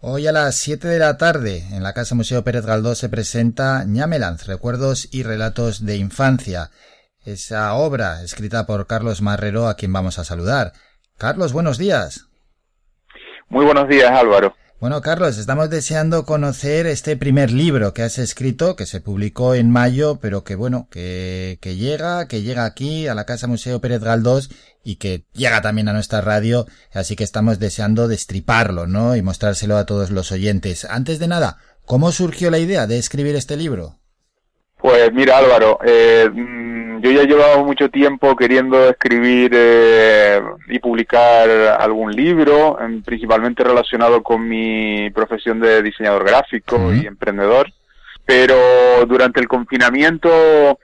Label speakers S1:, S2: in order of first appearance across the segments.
S1: Hoy a las 7 de la tarde en la Casa Museo Pérez Galdós se presenta Ñamelanz, Recuerdos y Relatos de Infancia. Esa obra escrita por Carlos Marrero, a quien vamos a saludar. Carlos, buenos días.
S2: Muy buenos días, Álvaro.
S1: Bueno, Carlos, estamos deseando conocer este primer libro que has escrito, que se publicó en mayo, pero que llega aquí a la Casa Museo Pérez Galdós y que llega también a nuestra radio, así que estamos deseando destriparlo, ¿no? Y mostrárselo a todos los oyentes. Antes de nada, ¿cómo surgió la idea de escribir este libro?
S2: Pues mira, Álvaro, yo ya llevaba mucho tiempo queriendo escribir y publicar algún libro, principalmente relacionado con mi profesión de diseñador gráfico y emprendedor, pero durante el confinamiento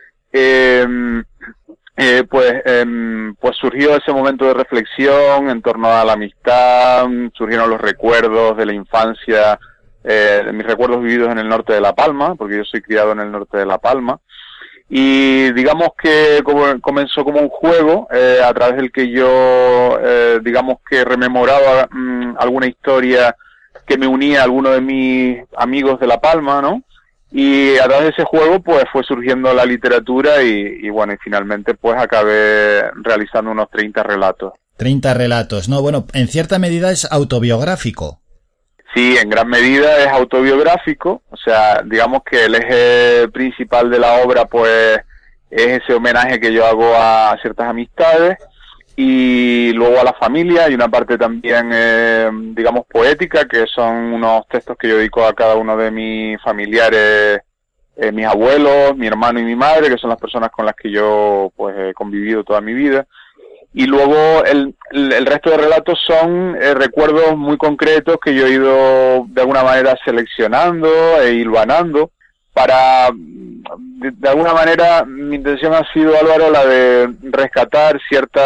S2: pues surgió ese momento de reflexión en torno a la amistad, surgieron los recuerdos de la infancia, mis recuerdos vividos en el norte de La Palma, porque yo soy criado en el norte de La Palma, y digamos que comenzó como un juego a través del que yo digamos que rememoraba alguna historia que me unía a alguno de mis amigos de La Palma, ¿no? Y a través de ese juego pues fue surgiendo la literatura y finalmente pues acabé realizando unos 30 relatos.
S1: 30 relatos, ¿no? Bueno, en cierta medida es autobiográfico.
S2: Sí, en gran medida es autobiográfico, o sea, digamos que el eje principal de la obra pues es ese homenaje que yo hago a ciertas amistades y luego a la familia, y una parte también, digamos, poética, que son unos textos que yo dedico a cada uno de mis familiares, mis abuelos, mi hermano y mi madre, que son las personas con las que yo pues he convivido toda mi vida. Y luego el resto de relatos son recuerdos muy concretos que yo he ido de alguna manera seleccionando e hilvanando para, de alguna manera, mi intención ha sido, Álvaro, la de rescatar ciertos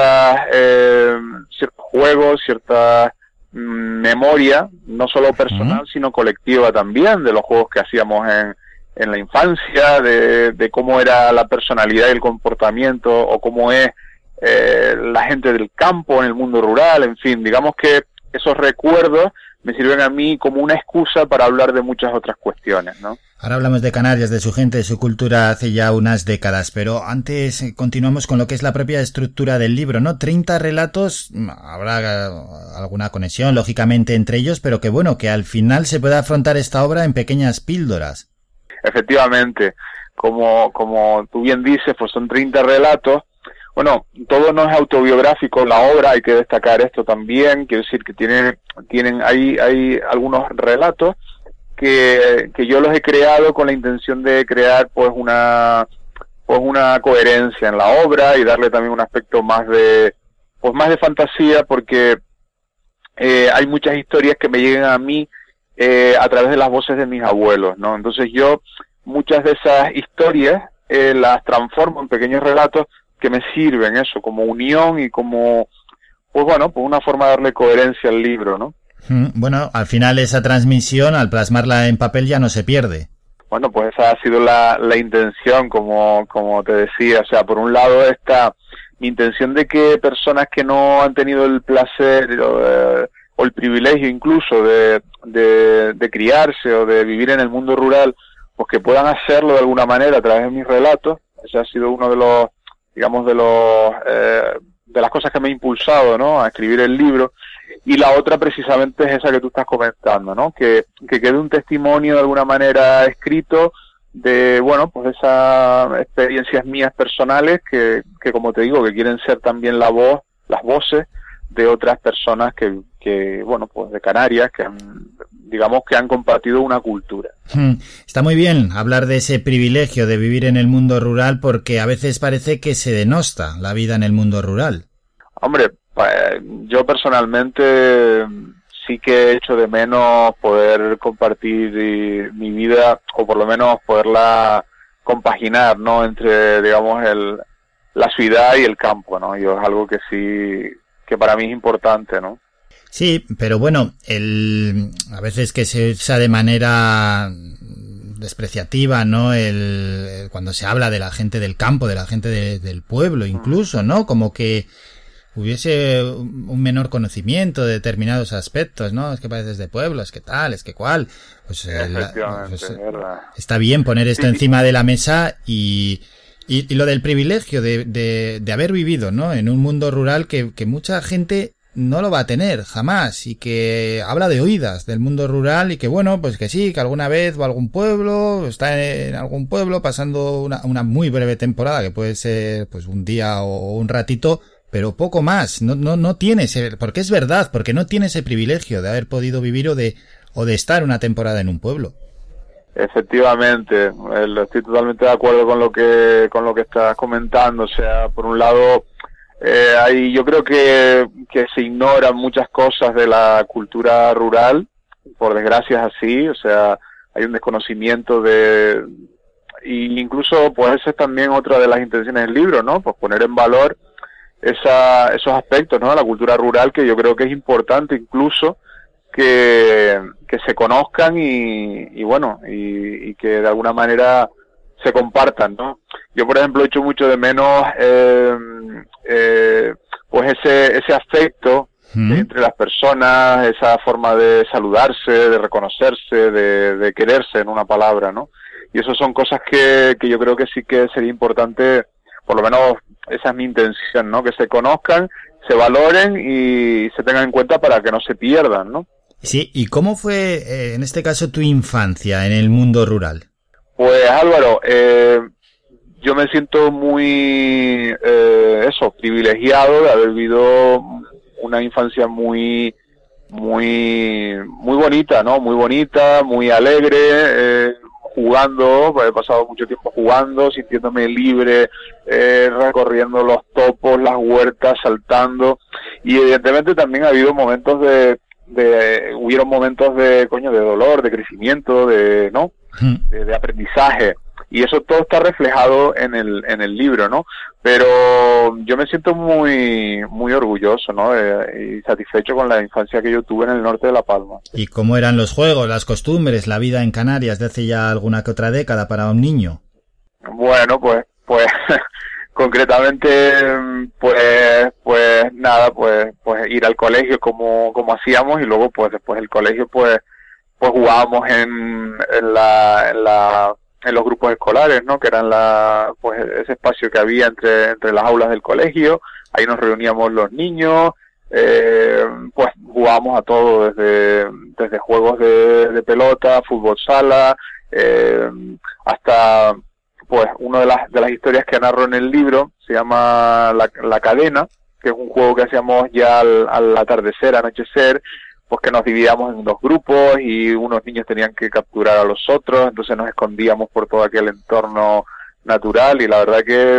S2: juegos, cierta memoria, no solo personal, sino colectiva también, de los juegos que hacíamos en la infancia, de cómo era la personalidad y el comportamiento, o cómo es la gente del campo en el mundo rural, en fin, digamos que esos recuerdos me sirven a mí como una excusa para hablar de muchas otras cuestiones, ¿no?
S1: Ahora hablamos de Canarias, de su gente, de su cultura hace ya unas décadas, pero antes continuamos con lo que es la propia estructura del libro, ¿no? 30 relatos, habrá alguna conexión, lógicamente, entre ellos, pero que bueno, que al final se pueda afrontar esta obra en pequeñas píldoras.
S2: Efectivamente, como tú bien dices, pues son 30 relatos. Bueno, todo no es autobiográfico la obra, hay que destacar esto también, quiero decir que hay algunos relatos que yo los he creado con la intención de crear pues una coherencia en la obra y darle también un aspecto más de fantasía, porque hay muchas historias que me llegan a mí a través de las voces de mis abuelos, ¿no? Entonces yo muchas de esas historias las transformo en pequeños relatos que me sirven eso como unión y como pues una forma de darle coherencia al libro, ¿no?
S1: Bueno, al final esa transmisión, al plasmarla en papel, ya no se pierde.
S2: Bueno, pues esa ha sido la intención, como te decía. O sea, por un lado está mi intención de que personas que no han tenido el placer o el privilegio incluso de criarse o de vivir en el mundo rural, pues que puedan hacerlo de alguna manera a través de mis relatos. Ese ha sido uno de los, digamos, de las cosas que me ha impulsado, ¿no?, a escribir el libro. Y la otra precisamente es esa que tú estás comentando, ¿no?, que quede un testimonio de alguna manera escrito de, pues esas experiencias mías personales que como te digo, que quieren ser también las voces de otras personas que pues de Canarias, que han compartido una cultura.
S1: Está muy bien hablar de ese privilegio de vivir en el mundo rural, porque a veces parece que se denosta la vida en el mundo rural.
S2: Hombre, yo personalmente sí que echo de menos poder compartir mi vida, o por lo menos poderla compaginar, ¿no?, entre, digamos, la ciudad y el campo, ¿no? Yo es algo que sí, que para mí es importante, ¿no?
S1: Sí, pero bueno, a veces que se usa de manera despreciativa, ¿no? Cuando se habla de la gente del campo, de la gente del pueblo incluso, ¿no? Como que hubiese un menor conocimiento de determinados aspectos, ¿no? Es que pareces de pueblo, es que tal, es que cual. Pues, está bien poner esto encima de la mesa y lo del privilegio de haber vivido, ¿no? En un mundo rural que mucha gente no lo va a tener jamás, y que habla de oídas del mundo rural, y que bueno, pues que sí, que alguna vez va a algún pueblo, está en algún pueblo pasando una muy breve temporada, que puede ser pues un día o un ratito, pero poco más. No tiene ese, porque es verdad, porque no tiene ese privilegio de haber podido vivir o de estar una temporada en un pueblo.
S2: Efectivamente, estoy totalmente de acuerdo con lo que estás comentando. O sea, por un lado, ahí yo creo que se ignoran muchas cosas de la cultura rural, por desgracia es así. O sea, hay un desconocimiento y incluso pues esa es también otra de las intenciones del libro, ¿no? Pues poner en valor esos aspectos, ¿no? De la cultura rural, que yo creo que es importante incluso que se conozcan y bueno, y que de alguna manera se compartan, ¿no? Yo, por ejemplo, echo mucho de menos pues ese afecto entre las personas, esa forma de saludarse, de reconocerse, de quererse, en una palabra, ¿no? Y eso son cosas que yo creo que sí que sería importante, por lo menos esa es mi intención, ¿no? Que se conozcan, se valoren y se tengan en cuenta para que no se pierdan, ¿no?
S1: Sí, ¿y cómo fue, en este caso, tu infancia en el mundo rural?
S2: Pues, Álvaro, yo me siento muy, privilegiado de haber vivido una infancia muy bonita, ¿no? Muy bonita, muy alegre, jugando, he pasado mucho tiempo jugando, sintiéndome libre, recorriendo los topos, las huertas, saltando, y evidentemente también ha habido momentos hubieron momentos de dolor, de crecimiento, de aprendizaje, y eso todo está reflejado en el libro, ¿no? Pero yo me siento muy orgulloso, ¿no? Y satisfecho con la infancia que yo tuve en el norte de La Palma.
S1: ¿Y cómo eran los juegos, las costumbres, la vida en Canarias de hace ya alguna que otra década para un niño?
S2: Bueno, pues concretamente, pues nada, pues ir al colegio como hacíamos, y luego pues después del colegio pues jugábamos en los grupos escolares, ¿no? Que eran ese espacio que había entre las aulas del colegio. Ahí nos reuníamos los niños, pues jugábamos a todo, desde juegos de pelota, fútbol sala, hasta pues una de las historias que narro en el libro se llama La Cadena, que es un juego que hacíamos ya al atardecer, anochecer, pues que nos dividíamos en dos grupos y unos niños tenían que capturar a los otros, entonces nos escondíamos por todo aquel natural, y la verdad que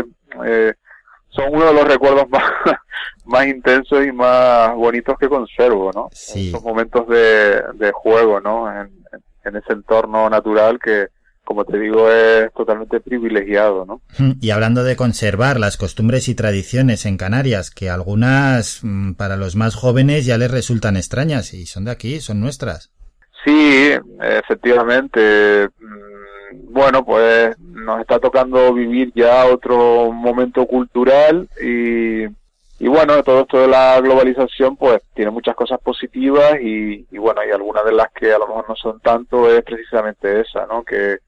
S2: son uno de los recuerdos más intensos y más bonitos que conservo, ¿no?
S1: Sí.
S2: Esos momentos de juego, ¿no? En ese entorno natural que, como te digo, es totalmente privilegiado, ¿no?
S1: Y hablando de conservar las costumbres y tradiciones en Canarias, que algunas para los más jóvenes ya les resultan extrañas, y son de aquí, son nuestras.
S2: Sí, efectivamente. Bueno, pues nos está tocando vivir ya otro momento cultural y bueno, todo esto de la globalización pues tiene muchas cosas positivas y bueno, y algunas de las que a lo mejor no son tanto es precisamente esa, ¿no? Que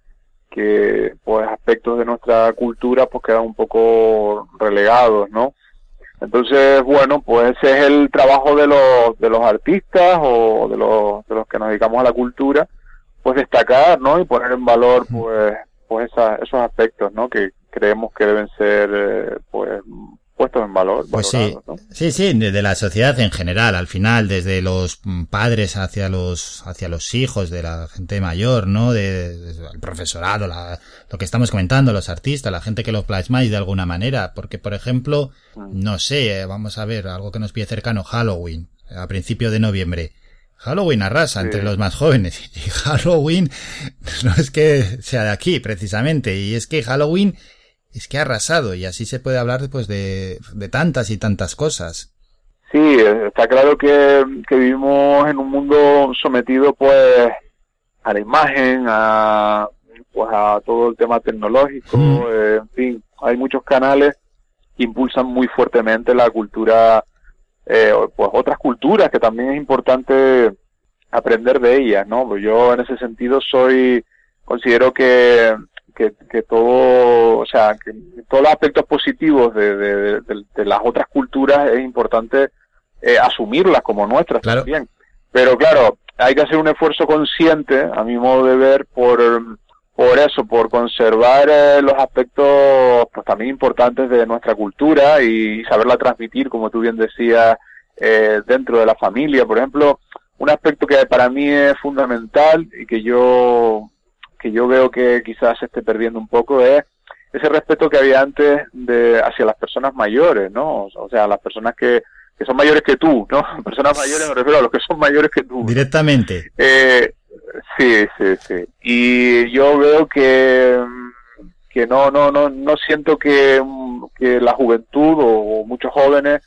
S2: pues aspectos de nuestra cultura pues quedan un poco relegados, ¿no? Entonces, bueno, pues ese es el trabajo de los artistas o de los que nos dedicamos a la cultura, pues destacar, ¿no? Y poner en valor pues esos aspectos, ¿no? Que creemos que deben ser pues puestos en valor.
S1: Pues
S2: valorados,
S1: sí,
S2: ¿no?
S1: sí, de la sociedad en general, al final, desde los padres hacia los hijos de la gente mayor, ¿no? El profesorado, lo que estamos comentando, los artistas, la gente que lo plasmáis de alguna manera, porque, por ejemplo, no sé, vamos a ver, algo que nos pide cercano, Halloween, a principio de noviembre. Halloween arrasa entre los más jóvenes, y Halloween no es que sea de aquí, precisamente, y es que Halloween es que ha arrasado, y así se puede hablar pues de tantas y tantas cosas.
S2: Sí, está claro que vivimos en un mundo sometido pues a la imagen, a todo el tema tecnológico, en fin, hay muchos canales que impulsan muy fuertemente la cultura pues otras culturas que también es importante aprender de ellas, ¿no? Pues yo en ese sentido considero que todo, o sea, que todos los aspectos positivos de las otras culturas es importante asumirlas como nuestras, claro, también. Pero claro, hay que hacer un esfuerzo consciente, a mi modo de ver, por conservar los aspectos pues también importantes de nuestra cultura y saberla transmitir, como tú bien decías, dentro de la familia. Por ejemplo, un aspecto que para mí es fundamental y que yo veo que quizás se esté perdiendo un poco es ese respeto que había antes hacia las personas mayores, ¿no? O sea, las personas que son mayores que tú, ¿no? Personas mayores me refiero a los que son mayores que tú.
S1: Directamente.
S2: Sí. Y yo veo que no siento que la juventud o muchos jóvenes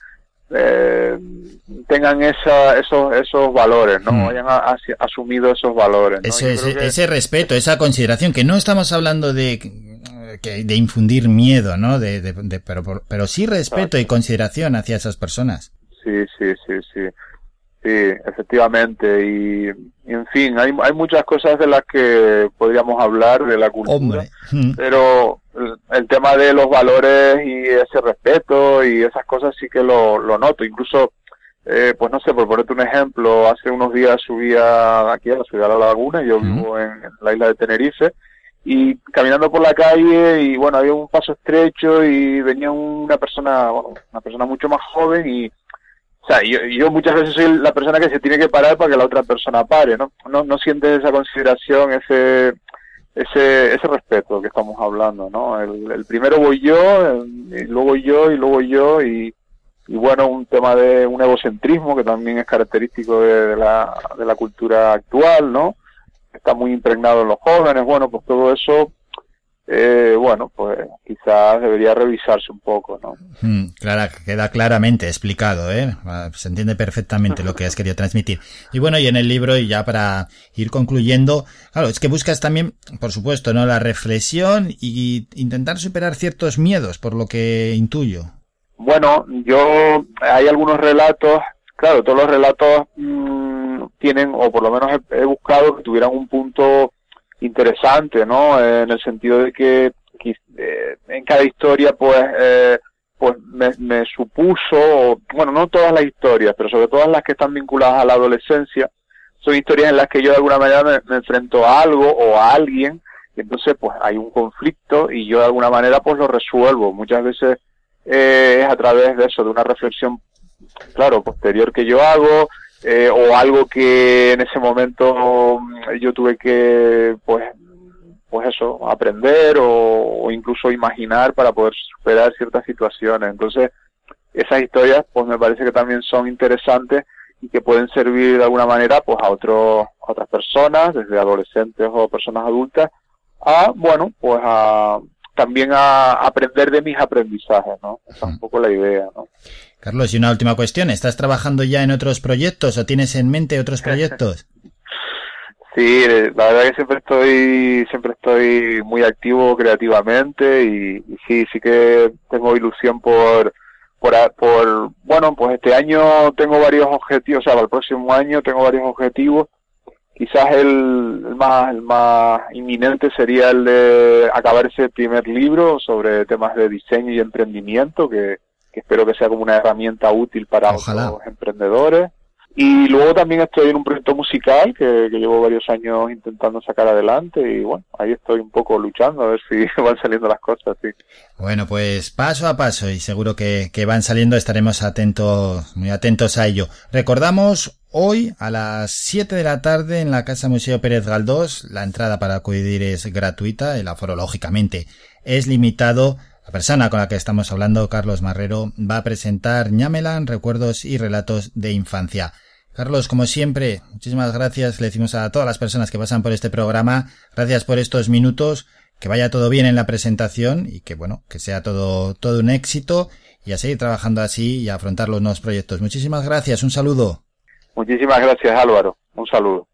S2: tengan esos valores, ¿no? Hayan asumido esos valores, ¿no?
S1: Ese respeto, esa consideración, que no estamos hablando de infundir miedo, ¿no? Pero sí respeto y consideración hacia esas personas.
S2: Sí, efectivamente, y en fin, hay muchas cosas de las que podríamos hablar de la cultura, pero el tema de los valores y ese respeto y esas cosas sí que lo noto. Incluso, pues no sé, por ponerte un ejemplo, hace unos días subí aquí a la ciudad de La Laguna, yo vivo en la isla de Tenerife, y caminando por la calle, y bueno, había un paso estrecho y venía una persona mucho más joven y, o sea, yo muchas veces soy la persona que se tiene que parar para que la otra persona pare, ¿no? No sientes esa consideración, ese respeto que estamos hablando, ¿no? El primero voy yo, y luego yo, y bueno, un tema de un egocentrismo que también es característico de la cultura actual, ¿no? Está muy impregnado en los jóvenes. Bueno, pues todo eso, pues quizás debería revisarse un poco, ¿no?
S1: Queda claramente explicado, ¿eh? Se entiende perfectamente lo que has querido transmitir. Y bueno, y en el libro, y ya para ir concluyendo, claro, es que buscas también, por supuesto, ¿no?, la reflexión y intentar superar ciertos miedos, por lo que intuyo.
S2: Bueno, hay algunos relatos, claro, todos los relatos tienen, o por lo menos he buscado que tuvieran un punto interesante, ¿no? En el sentido de que en cada historia pues me supuso, bueno, no todas las historias, pero sobre todo las que están vinculadas a la adolescencia, son historias en las que yo de alguna manera me enfrento a algo o a alguien, y entonces pues hay un conflicto y yo de alguna manera pues lo resuelvo. Muchas veces es a través de eso, de una reflexión, claro, posterior que yo hago, o algo que en ese momento yo tuve que pues eso, aprender o incluso imaginar para poder superar ciertas situaciones. Entonces esas historias pues me parece que también son interesantes y que pueden servir de alguna manera pues a otras personas, desde adolescentes o personas adultas, también a aprender de mis aprendizajes, ¿no? Esa es un poco la idea, ¿no?
S1: Carlos, y una última cuestión, ¿estás trabajando ya en otros proyectos o tienes en mente otros proyectos?
S2: Sí, la verdad que siempre estoy muy activo creativamente y sí que tengo ilusión por bueno, pues este año tengo varios objetivos, o sea, para el próximo año tengo varios objetivos. Quizás el más inminente sería el de acabar ese primer libro sobre temas de diseño y emprendimiento, que espero que sea como una herramienta útil para otros emprendedores. Y luego también estoy en un proyecto musical que llevo varios años intentando sacar adelante y bueno, ahí estoy un poco luchando a ver si van saliendo las cosas, sí.
S1: Bueno, pues paso a paso y seguro que van saliendo, estaremos muy atentos a ello. Recordamos hoy a las 7 de la tarde en la Casa Museo Pérez Galdós, la entrada para acudir es gratuita, el aforo lógicamente es limitado. La persona con la que estamos hablando, Carlos Marrero, va a presentar Ñamelán, recuerdos y relatos de infancia. Carlos, como siempre, muchísimas gracias. Le decimos a todas las personas que pasan por este programa, gracias por estos minutos, que vaya todo bien en la presentación y que sea todo un éxito y a seguir trabajando así y a afrontar los nuevos proyectos. Muchísimas gracias, un saludo.
S2: Muchísimas gracias, Álvaro. Un saludo.